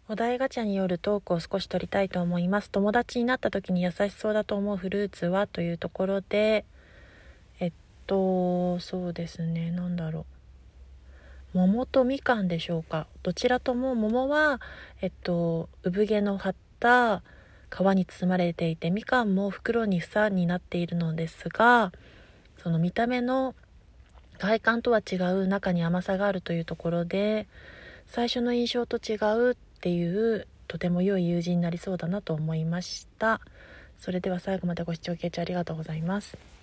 お題ガチャによるトークを少し取りたいと思います。友達になった時に優しそうだと思うフルーツはというところで、そうですね、桃とみかんでしょうか。どちらとも桃は、産毛の張った皮に包まれていて、みかんも袋に房になっているのですが、その見た目の外観とは違う中に甘さがあるというところで、最初の印象と違うっていうとても良い友人になりそうだなと思いました。それでは最後までご視聴ありがとうございます。